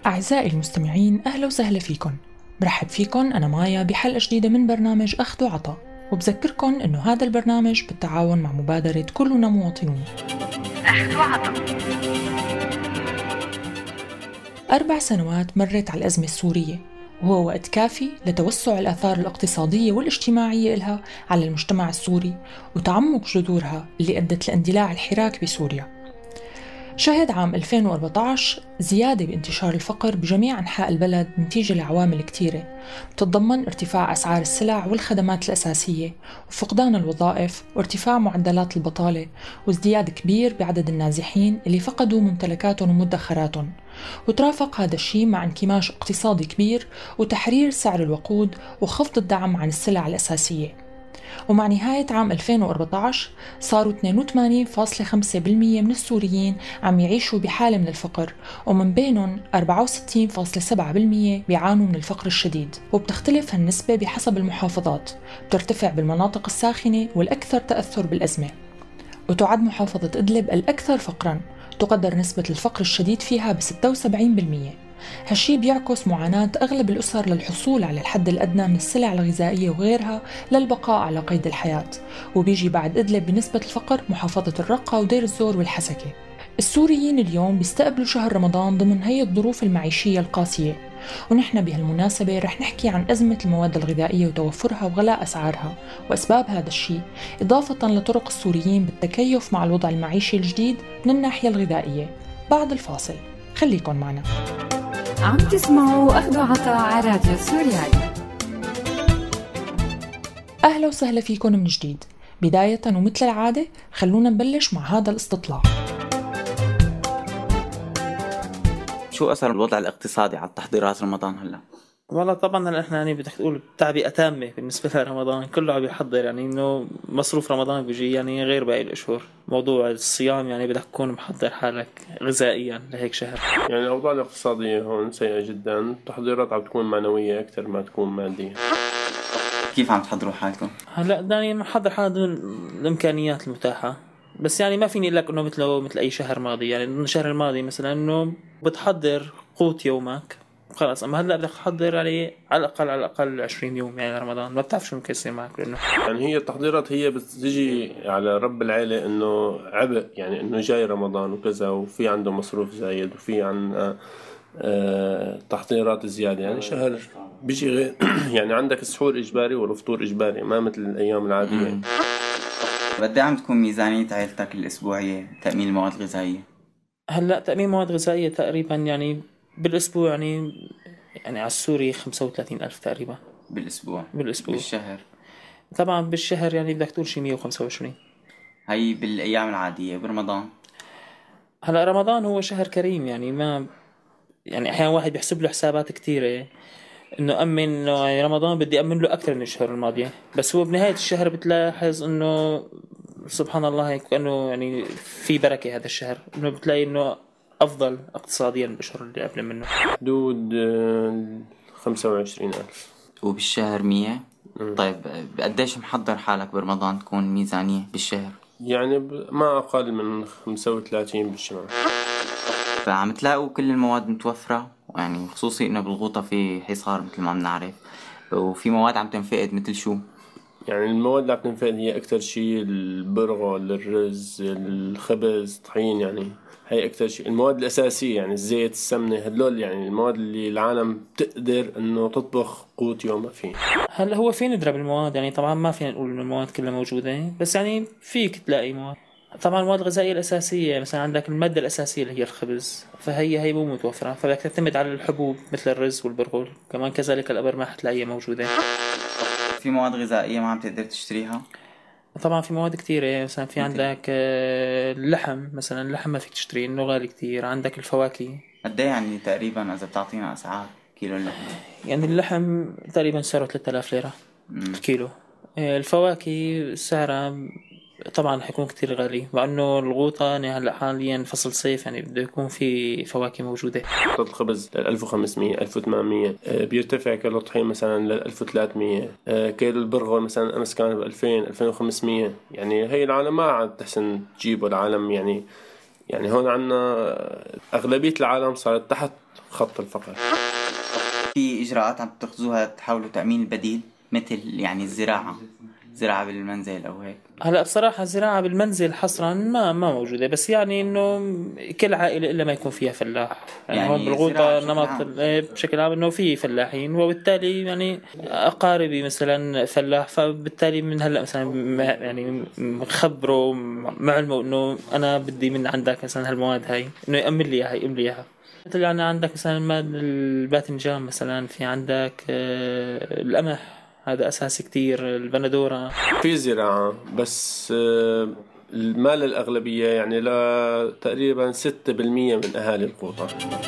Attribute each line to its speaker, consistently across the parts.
Speaker 1: أعزائي المستمعين، أهلا وسهلا فيكن. برحب فيكن أنا مايا بحلقة جديدة من برنامج أخذ وعطا، وبذكركن أنه هذا البرنامج بالتعاون مع مبادرة كلنا مواطنون. أخذ وعطا. 4 سنوات مرت على الأزمة السورية، وهو وقت كافي لتوسع الآثار الاقتصادية والاجتماعية لها على المجتمع السوري وتعمق جذورها اللي أدت لاندلاع الحراك بسوريا. شهد عام 2014 زيادة بانتشار الفقر بجميع أنحاء البلد نتيجة لعوامل كتيرة بتتضمن ارتفاع أسعار السلع والخدمات الأساسية وفقدان الوظائف وارتفاع معدلات البطالة وازدياد كبير بعدد النازحين اللي فقدوا ممتلكاتهم ومدخراتهم. وترافق هذا الشيء مع انكماش اقتصادي كبير وتحرير سعر الوقود وخفض الدعم عن السلع الأساسية. ومع نهاية عام 2014 صاروا 82.5% من السوريين عم يعيشوا بحالة من الفقر، ومن بينهم 64.7% بيعانوا من الفقر الشديد. وبتختلف هالنسبة بحسب المحافظات، بترتفع بالمناطق الساخنة والأكثر تأثر بالأزمة. وتعد محافظة إدلب الأكثر فقراً، تقدر نسبة الفقر الشديد فيها ب76%. هالشي بيعكس معاناة أغلب الأسر للحصول على الحد الأدنى من السلع الغذائية وغيرها للبقاء على قيد الحياة. وبيجي بعد إدلب بنسبة الفقر محافظة الرقة ودير الزور والحسكة. السوريين اليوم بيستقبلوا شهر رمضان ضمن هي الظروف المعيشية القاسية، ونحن بهالمناسبة رح نحكي عن أزمة المواد الغذائية وتوفرها وغلاء أسعارها وأسباب هذا الشيء، إضافة لطرق السوريين بالتكيف مع الوضع المعيشي الجديد من الناحية الغذائية. بعد الفاصل خليكن معنا.
Speaker 2: عم تسمعوا أخذ وعطا على راديو سوريالي.
Speaker 1: أهلا وسهلا فيكم من جديد. بداية ومثل العادة خلونا نبلش مع هذا الاستطلاع.
Speaker 3: شو أثر الوضع الاقتصادي على تحضيرات رمضان هلا؟
Speaker 4: والله طبعا احنا يعني بدك تقول تعبئة تامة بالنسبة لرمضان، كله عم يحضر، يعني انه مصروف رمضان بيجي يعني غير باقي الاشهر. موضوع الصيام يعني بدك تكون محضر حالك غذائيا لهيك شهر.
Speaker 5: يعني الاوضاع الاقتصادية هون سيئة جدا، التحضيرات عم تكون معنوية اكثر ما تكون مادية.
Speaker 3: كيف عم تحضروا حالكم؟
Speaker 4: هلا يعني محضر حالنا الامكانيات المتاحة، بس يعني ما فيني اقول لك انه مثل اي شهر ماضي. يعني الشهر الماضي مثلا انه بتحضر قوت يومك خلاص، اما هلا بدك تحضر على الاقل 20 يوم يعني رمضان، ما بتعرف شو ممكن يصير معك. لانه
Speaker 5: يعني هي التحضيرات هي بتجي على رب العائلة انه عبء، يعني انه جاي رمضان وكذا وفي عنده مصروف زايد وفي عن تحضيرات زيادة. يعني شهر بيجي غير يعني عندك السحور اجباري والفطور اجباري، ما مثل الايام العادية.
Speaker 3: قد ايه عم تكون ميزانية عائلتك الاسبوعية تأمين المواد الغذائية؟
Speaker 4: هلا تأمين مواد غذائية تقريبا يعني بالاسبوع يعني على السوري 35,000 تقريبا
Speaker 3: بالاسبوع.
Speaker 4: بالشهر طبعا بالشهر يعني بدك تقول شي 125.
Speaker 3: هاي بالايام العادية. برمضان
Speaker 4: هلا رمضان هو شهر كريم، يعني ما يعني احيانا واحد بيحسب له حسابات كتيرة انه امن انه يعني رمضان بدي امن له اكثر من الشهور الماضية، بس هو بنهاية الشهر بتلاحظ انه سبحان الله هيك كأنه يعني في بركة هذا الشهر، انه بتلاقي انه افضل اقتصاديا من الاشهر اللي قبل منه.
Speaker 5: حدود 25,000
Speaker 3: وبالشهر 100. طيب قديش محضر حالك برمضان تكون ميزانية بالشهر؟
Speaker 5: يعني ما أقل من 35 بالشهر.
Speaker 3: فعم تلاقوا كل المواد متوفرة، يعني خصوصي إنه بالغوطة في حصار مثل ما بنعرف، وفي مواد عم تنفقد مثل شو؟
Speaker 5: يعني المواد اللي عم تنفقد هي أكتر شيء البرغل، الرز، الخبز، طحين، يعني هي أكتر شيء المواد الأساسية، يعني الزيت، السمنة، هدول يعني المواد اللي العالم تقدر إنه تطبخ قوت يومها فيه.
Speaker 4: هلا هو فين نضرب المواد؟ يعني طبعا ما فينا نقول إنه المواد كلها موجودة، بس يعني فيك تلاقي مواد. طبعا المواد الغذائية الأساسية مثلا عندك المادة الأساسية اللي هي الخبز، فهي مو متوفرة، فبدك تعتمد على الحبوب مثل الرز والبرغل، كمان كذلك الأبر ما حتلاقيها موجودة.
Speaker 3: في مواد غذائية ما عم تقدر تشتريها؟
Speaker 4: طبعا في مواد كتيرة، مثلا في عندك اللحم، مثلا اللحم ما فيك تشتريه إنه غالي كتير. عندك الفواكه.
Speaker 3: قد ايه يعني تقريبا إذا بتعطينا أسعار كيلو اللحم؟
Speaker 4: يعني اللحم تقريبا سعره 3000 ليرة الكيلو. الفواكه سعرها طبعا حيكون كتير غالي، مع انه الغوطة يعني هلا حاليا فصل صيف، يعني بده يكون في فواكه موجودة.
Speaker 5: الخبز 1500 1800، بيرتفع كيلو الطحين مثلا ل 1300، كيلو البرغل مثلا امس كان ب 2000 2500. يعني هي العالم ما عاد تحسن تجيبه العالم، يعني هون عنا اغلبية العالم صارت تحت خط الفقر.
Speaker 3: في إجراءات عم تتخذوها تحاولوا تأمين البديل مثل يعني زراعة بالمنزل أو هيك؟
Speaker 4: هلا بصراحة الزراعة بالمنزل حصرا ما موجودة، بس يعني إنه كل عائلة إلا ما يكون فيها فلاح. يعني هون بالغوطة نمط بشكل عام إنه في فلاحين، وبالتالي يعني أقاربي مثلا فلاح، فبالتالي من هلا مثلا يعني مخبره معلمه إنه أنا بدي من عندك مثلا هالمواد هاي، إنه يأمن لي إياها يأمن لي إياها. مثل يعني عندك مثلا الباذنجان مثلا، في عندك القمح هذا أساسي كتير، البندورة.
Speaker 5: في زراعة بس المال الأغلبية يعني لا تقريبا 6% من أهالي القوطة.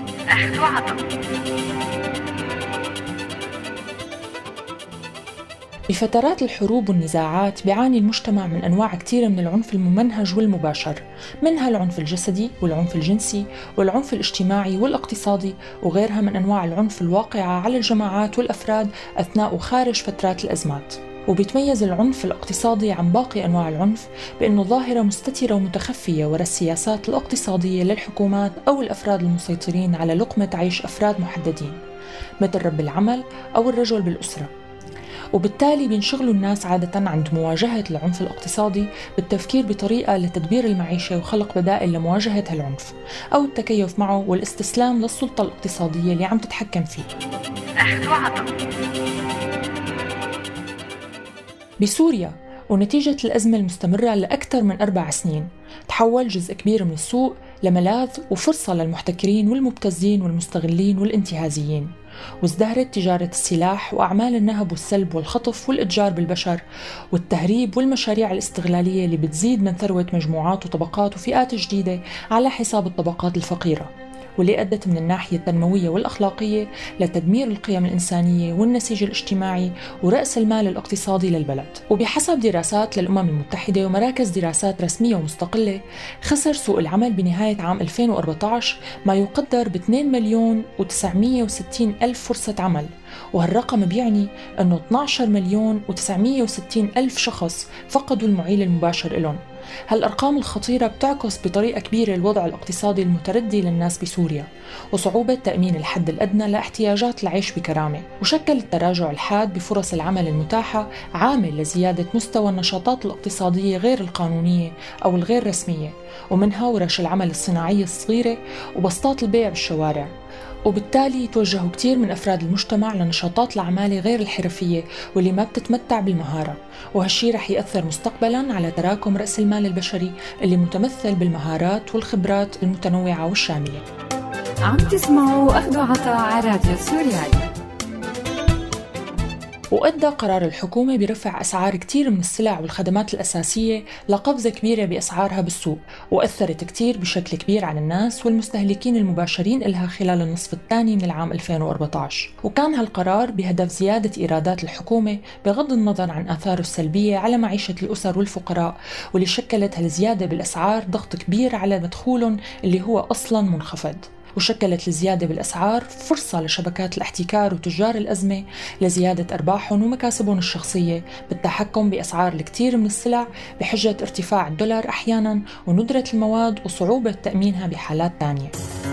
Speaker 1: بفترات الحروب والنزاعات بيعاني المجتمع من أنواع كتيرة من العنف الممنهج والمباشر، منها العنف الجسدي والعنف الجنسي والعنف الاجتماعي والاقتصادي، وغيرها من أنواع العنف الواقعة على الجماعات والأفراد أثناء وخارج فترات الأزمات. وبيتميز العنف الاقتصادي عن باقي أنواع العنف بأنه ظاهرة مستترة ومتخفية وراء السياسات الاقتصادية للحكومات أو الأفراد المسيطرين على لقمة عيش أفراد محددين، مثل رب العمل أو الرجل بالأسرة. وبالتالي بينشغلوا الناس عادة عند مواجهة العنف الاقتصادي بالتفكير بطريقة لتدبير المعيشة وخلق بدائل لمواجهة هالعنف، أو التكيف معه والاستسلام للسلطة الاقتصادية اللي عم تتحكم فيه. بسوريا ونتيجة الأزمة المستمرة لأكثر من 4 سنين، تحول جزء كبير من السوق لملاذ وفرصة للمحتكرين والمبتزين والمستغلين والانتهازيين، وازدهرت تجارة السلاح وأعمال النهب والسلب والخطف والإتجار بالبشر والتهريب والمشاريع الاستغلالية اللي بتزيد من ثروة مجموعات وطبقات وفئات جديدة على حساب الطبقات الفقيرة، واللي أدت من الناحية التنموية والأخلاقية لتدمير القيم الإنسانية والنسيج الاجتماعي ورأس المال الاقتصادي للبلد. وبحسب دراسات للأمم المتحدة ومراكز دراسات رسمية ومستقلة، خسر سوق العمل بنهاية عام 2014 ما يقدر ب2,960,000 فرصة عمل، وهالرقم بيعني أنه 12,960,000 شخص فقدوا المعيل المباشر لهم. هالأرقام الخطيرة بتعكس بطريقة كبيرة الوضع الاقتصادي المتردي للناس بسوريا وصعوبة تأمين الحد الأدنى لاحتياجات العيش بكرامة، وشكل التراجع الحاد بفرص العمل المتاحة عامل لزيادة مستوى النشاطات الاقتصادية غير القانونية أو الغير رسمية، ومنها ورش العمل الصناعية الصغيرة وبسطات البيع بالشوارع. وبالتالي توجهوا كتير من أفراد المجتمع لنشاطات العمالة غير الحرفية واللي ما بتتمتع بالمهارة، وهالشي رح يأثر مستقبلاً على تراكم رأس المال البشري اللي متمثل بالمهارات والخبرات المتنوعة والشاملة.
Speaker 2: عم تسمعوا أخذ وعطاء على راديو سوريالي.
Speaker 1: وأدى قرار الحكومة برفع أسعار كتير من السلع والخدمات الأساسية لقفزة كبيرة بأسعارها بالسوق، وأثرت كتير بشكل كبير على الناس والمستهلكين المباشرين إلها خلال النصف الثاني من العام 2014. وكان هالقرار بهدف زيادة إيرادات الحكومة بغض النظر عن آثاره السلبية على معيشة الأسر والفقراء، واللي شكلت هالزيادة بالأسعار ضغط كبير على مدخولهم اللي هو أصلاً منخفض. وشكلت الزيادة بالأسعار فرصة لشبكات الاحتكار وتجار الأزمة لزيادة أرباحهم ومكاسبهم الشخصية بالتحكم بأسعار الكثير من السلع بحجة ارتفاع الدولار أحياناً وندرة المواد وصعوبة تأمينها بحالات تانية.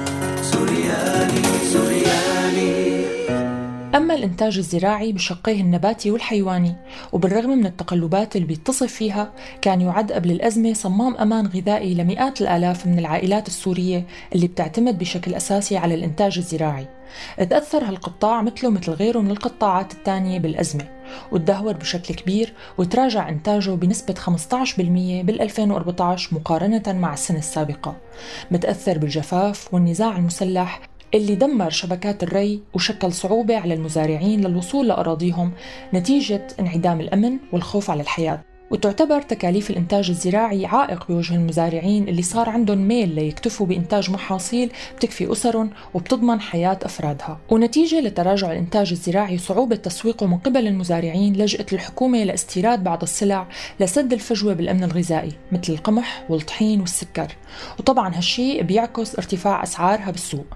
Speaker 1: أما الإنتاج الزراعي بشقيه النباتي والحيواني، وبالرغم من التقلبات اللي بيتصف فيها، كان يعد قبل الأزمة صمام أمان غذائي لمئات الآلاف من العائلات السورية اللي بتعتمد بشكل أساسي على الإنتاج الزراعي. تأثر هالقطاع مثله مثل غيره من القطاعات التانية بالأزمة، وتدهور بشكل كبير وتراجع إنتاجه بنسبة 15% بال2014 مقارنة مع السنة السابقة، متأثر بالجفاف والنزاع المسلح اللي دمر شبكات الري وشكل صعوبة على المزارعين للوصول لأراضيهم نتيجة انعدام الأمن والخوف على الحياة. وتعتبر تكاليف الإنتاج الزراعي عائق بوجه المزارعين اللي صار عندهم ميل ليكتفوا بإنتاج محاصيل بتكفي أسرهم وبتضمن حياة أفرادها. ونتيجة لتراجع الإنتاج الزراعي وصعوبة تسويقه من قبل المزارعين، لجأت الحكومة لاستيراد بعض السلع لسد الفجوة بالأمن الغذائي مثل القمح والطحين والسكر، وطبعا هالشي بيعكس ارتفاع أسعارها بالسوق.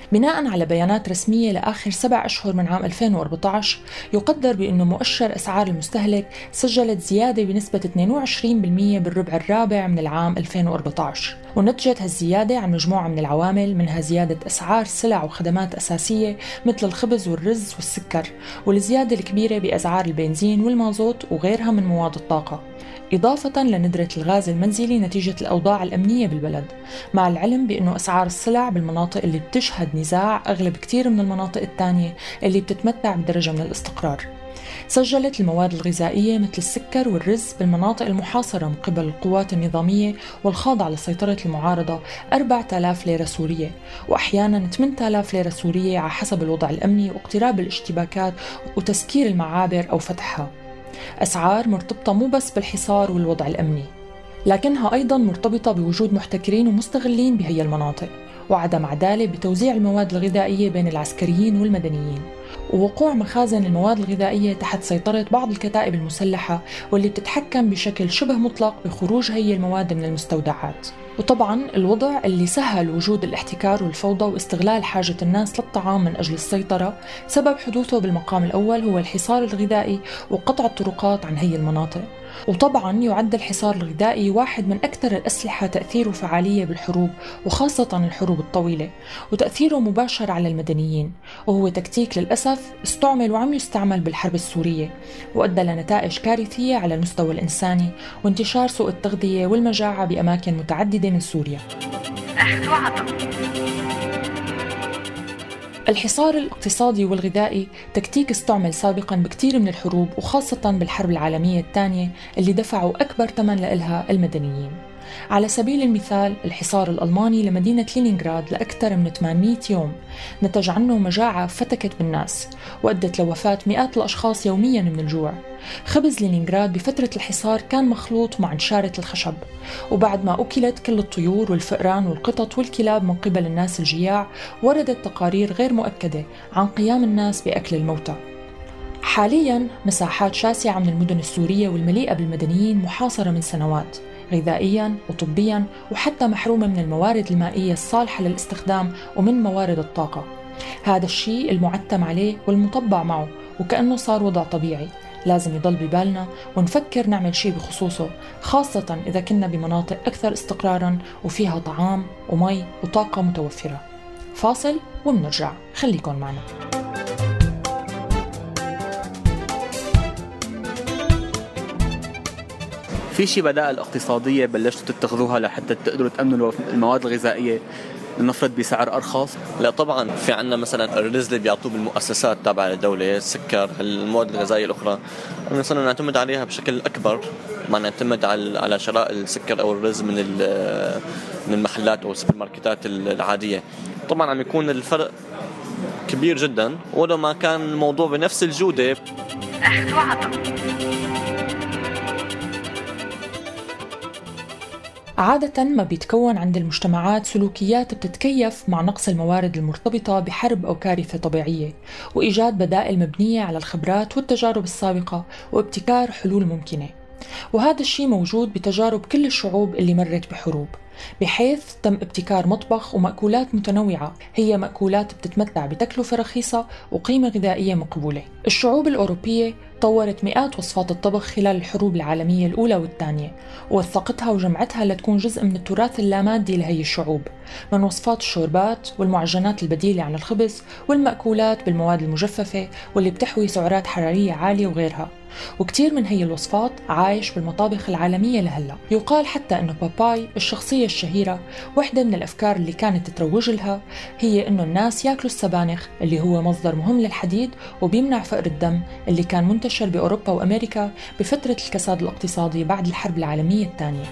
Speaker 1: بناء على بيانات رسمية لآخر 7 أشهر من عام 2014 يقدر بأنه مؤشر أسعار المستهلك سجلت زيادة بنسبة 22% بالربع الرابع من العام 2014، ونتجت هالزيادة عن مجموعة من العوامل، منها زيادة أسعار سلع وخدمات أساسية مثل الخبز والرز والسكر، والزيادة الكبيرة بأسعار البنزين والمازوت وغيرها من مواد الطاقة، إضافة لندرة الغاز المنزلي نتيجة الأوضاع الأمنية بالبلد، مع العلم بأنه أسعار السلع بالمناطق اللي بتشهد نزاع أغلب كتير من المناطق التانية اللي بتتمتع بدرجة من الاستقرار. سجلت المواد الغذائية مثل السكر والرز بالمناطق المحاصرة من قبل القوات النظامية والخاضعة لسيطرة المعارضة 4000 ليرة سورية، وأحيانا 8000 ليرة سورية على حسب الوضع الأمني واقتراب الاشتباكات وتسكير المعابر أو فتحها. أسعار مرتبطة مو بس بالحصار والوضع الأمني، لكنها أيضاً مرتبطة بوجود محتكرين ومستغلين بهي المناطق، وعدم عدالة بتوزيع المواد الغذائية بين العسكريين والمدنيين، ووقوع مخازن المواد الغذائية تحت سيطرة بعض الكتائب المسلحة واللي بتتحكم بشكل شبه مطلق بخروج هي المواد من المستودعات. وطبعاً الوضع اللي سهل وجود الاحتكار والفوضى واستغلال حاجة الناس للطعام من أجل السيطرة، سبب حدوثه بالمقام الأول هو الحصار الغذائي وقطع الطرقات عن هي المناطق. وطبعاً يعد الحصار الغذائي واحد من أكثر الأسلحة تأثير وفعالية بالحروب، وخاصة الحروب الطويلة، وتأثيره مباشر على المدنيين، وهو تكتيك للأسف استعمل وعم يستعمل بالحرب السورية، وأدى لنتائج كارثية على المستوى الإنساني وانتشار سوء التغذية والمجاعة بأماكن متعددة من سوريا. الحصار الاقتصادي والغذائي تكتيك استعمل سابقاً بكثير من الحروب، وخاصة بالحرب العالمية الثانية اللي دفعوا أكبر ثمن لإلها المدنيين. على سبيل المثال الحصار الألماني لمدينة لينينغراد لأكثر من 800 يوم نتج عنه مجاعة فتكت بالناس وأدت لوفاة مئات الأشخاص يومياً من الجوع. خبز لينينغراد بفترة الحصار كان مخلوط مع نشارة الخشب، وبعد ما أكلت كل الطيور والفئران والقطط والكلاب من قبل الناس الجياع، وردت تقارير غير مؤكدة عن قيام الناس بأكل الموتى. حالياً مساحات شاسعة من المدن السورية والمليئة بالمدنيين محاصرة من سنوات، غذائياً وطبياً، وحتى محرومة من الموارد المائية الصالحة للاستخدام ومن موارد الطاقة. هذا الشيء المعتم عليه والمطبع معه، وكأنه صار وضع طبيعي لازم يضل ببالنا ونفكر نعمل شيء بخصوصه، خاصة إذا كنا بمناطق أكثر استقراراً وفيها طعام ومي وطاقة متوفرة. فاصل ومنرجع، خليكن معنا.
Speaker 6: في شي بدائل اقتصادية بلشتوا تتخذوها لحتى تقدروا تأمنوا المواد الغذائية لنفرض بسعر أرخص؟
Speaker 7: لا طبعا، في عنا مثلا الرز اللي بيعطوه بالمؤسسات تابعة للدولة، السكر، المواد الغذائية الأخرى مثلا نعتمد عليها بشكل أكبر، ما نعتمد على شراء السكر أو الرز من المحلات أو السوبر ماركتات العادية. طبعا عم يكون الفرق كبير جدا، ولو ما كان الموضوع بنفس الجودة.
Speaker 1: عادة ما بيتكون عند المجتمعات سلوكيات بتتكيف مع نقص الموارد المرتبطة بحرب أو كارثة طبيعية، وإيجاد بدائل مبنية على الخبرات والتجارب السابقة وابتكار حلول ممكنة. وهذا الشيء موجود بتجارب كل الشعوب اللي مرت بحروب، بحيث تم ابتكار مطبخ ومأكولات متنوعة هي مأكولات بتتمتع بتكلفة رخيصة وقيمة غذائية مقبولة. الشعوب الأوروبية طورت مئات وصفات الطبخ خلال الحروب العالمية الأولى والثانية، ووثقتها وجمعتها لتكون جزء من التراث اللامادي لهي الشعوب، من وصفات الشوربات والمعجنات البديلة عن الخبز والمأكولات بالمواد المجففة واللي بتحوي سعرات حرارية عالية وغيرها. وكتير من هي الوصفات عايش بالمطابخ العالمية لهلا. يقال حتى أنه باباي الشخصية الشهيرة واحدة من الأفكار اللي كانت تتروج لها هي أنه الناس يأكلوا السبانخ اللي هو مصدر مهم للحديد وبيمنع فقر الدم اللي كان منتشر بأوروبا وأمريكا بفترة الكساد الاقتصادي بعد الحرب العالمية الثانية.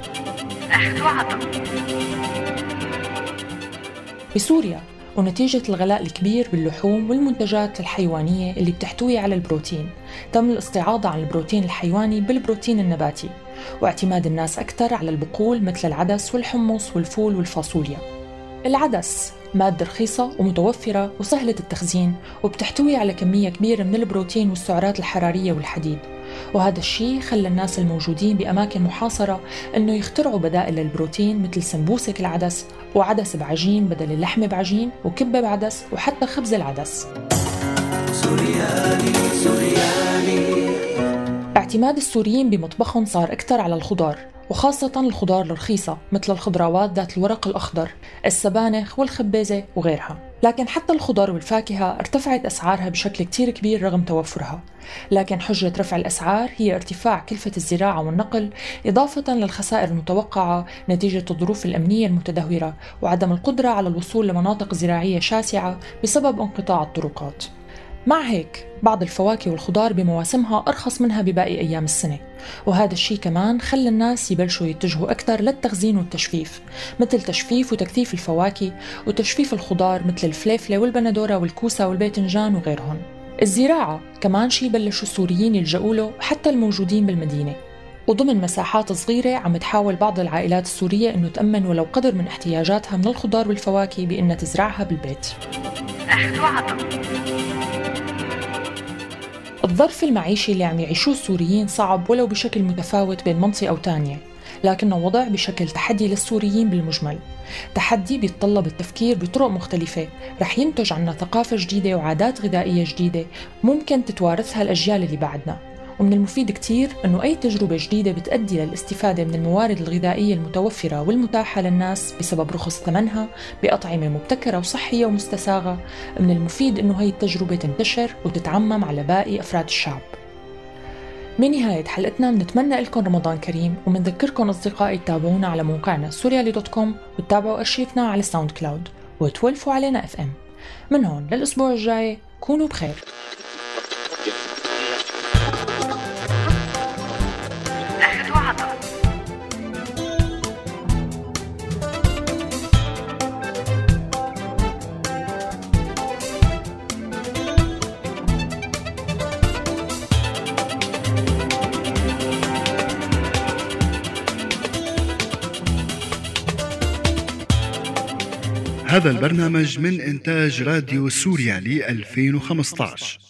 Speaker 1: بسوريا ونتيجة الغلاء الكبير باللحوم والمنتجات الحيوانية اللي بتحتوي على البروتين، تم الاستعاضة عن البروتين الحيواني بالبروتين النباتي، واعتماد الناس أكثر على البقول مثل العدس والحمص والفول والفاصوليا. العدس مادة رخيصة ومتوفرة وسهلة التخزين، وبتحتوي على كمية كبيرة من البروتين والسعرات الحرارية والحديد، وهذا الشيء خلى الناس الموجودين بأماكن محاصرة إنه يخترعوا بدائل للبروتين مثل سمبوسك العدس وعدس بعجين بدل اللحم بعجين وكبة بعدس وحتى خبز العدس. سوريالي. اعتماد السوريين بمطبخهم صار أكثر على الخضار، وخاصة الخضار الرخيصة مثل الخضروات ذات الورق الأخضر، السبانخ والخبازة وغيرها. لكن حتى الخضار والفاكهة ارتفعت أسعارها بشكل كتير كبير رغم توفرها. لكن حجة رفع الأسعار هي ارتفاع كلفة الزراعة والنقل، إضافة للخسائر المتوقعة نتيجة الظروف الأمنية المتدهورة وعدم القدرة على الوصول لمناطق زراعية شاسعة بسبب انقطاع الطرقات. مع هيك بعض الفواكه والخضار بمواسمها أرخص منها بباقي أيام السنة، وهذا الشيء كمان خلى الناس يبلشوا يتجهوا أكثر للتخزين والتجفيف، مثل تجفيف وتكثيف الفواكه وتجفيف الخضار مثل الفليفلة والبندورة والكوسة والباذنجان وغيرهم. الزراعة كمان شيء بلشوا السوريين يلجأوا له حتى الموجودين بالمدينة، وضمن مساحات صغيرة عم تحاول بعض العائلات السورية إنه تأمن ولو قدر من احتياجاتها من الخضار والفواكه بإنها تزرعها بالبيت. الظرف المعيشي اللي عم يعيشوه السوريين صعب ولو بشكل متفاوت بين منطقة أو تانية، لكنه وضع بشكل تحدي للسوريين بالمجمل، تحدي بيتطلب التفكير بطرق مختلفة رح ينتج عنا ثقافة جديدة وعادات غذائية جديدة ممكن تتوارثها الأجيال اللي بعدنا. ومن المفيد كتير أنه أي تجربة جديدة بتؤدي للاستفادة من الموارد الغذائية المتوفرة والمتاحة للناس بسبب رخص ثمنها بأطعمة مبتكرة وصحية ومستساغة، من المفيد أنه هاي التجربة تنتشر وتتعمم على باقي أفراد الشعب. من نهاية حلقتنا بنتمنى لكم رمضان كريم، ومنذكركم أصدقائي تتابعونا على موقعنا سوريالي.com وتتابعوا أرشيفنا على ساوند كلاود وتولفوا علينا FM. من هون للأسبوع الجاي كونوا بخير.
Speaker 8: هذا البرنامج من إنتاج راديو سوريالي 2015.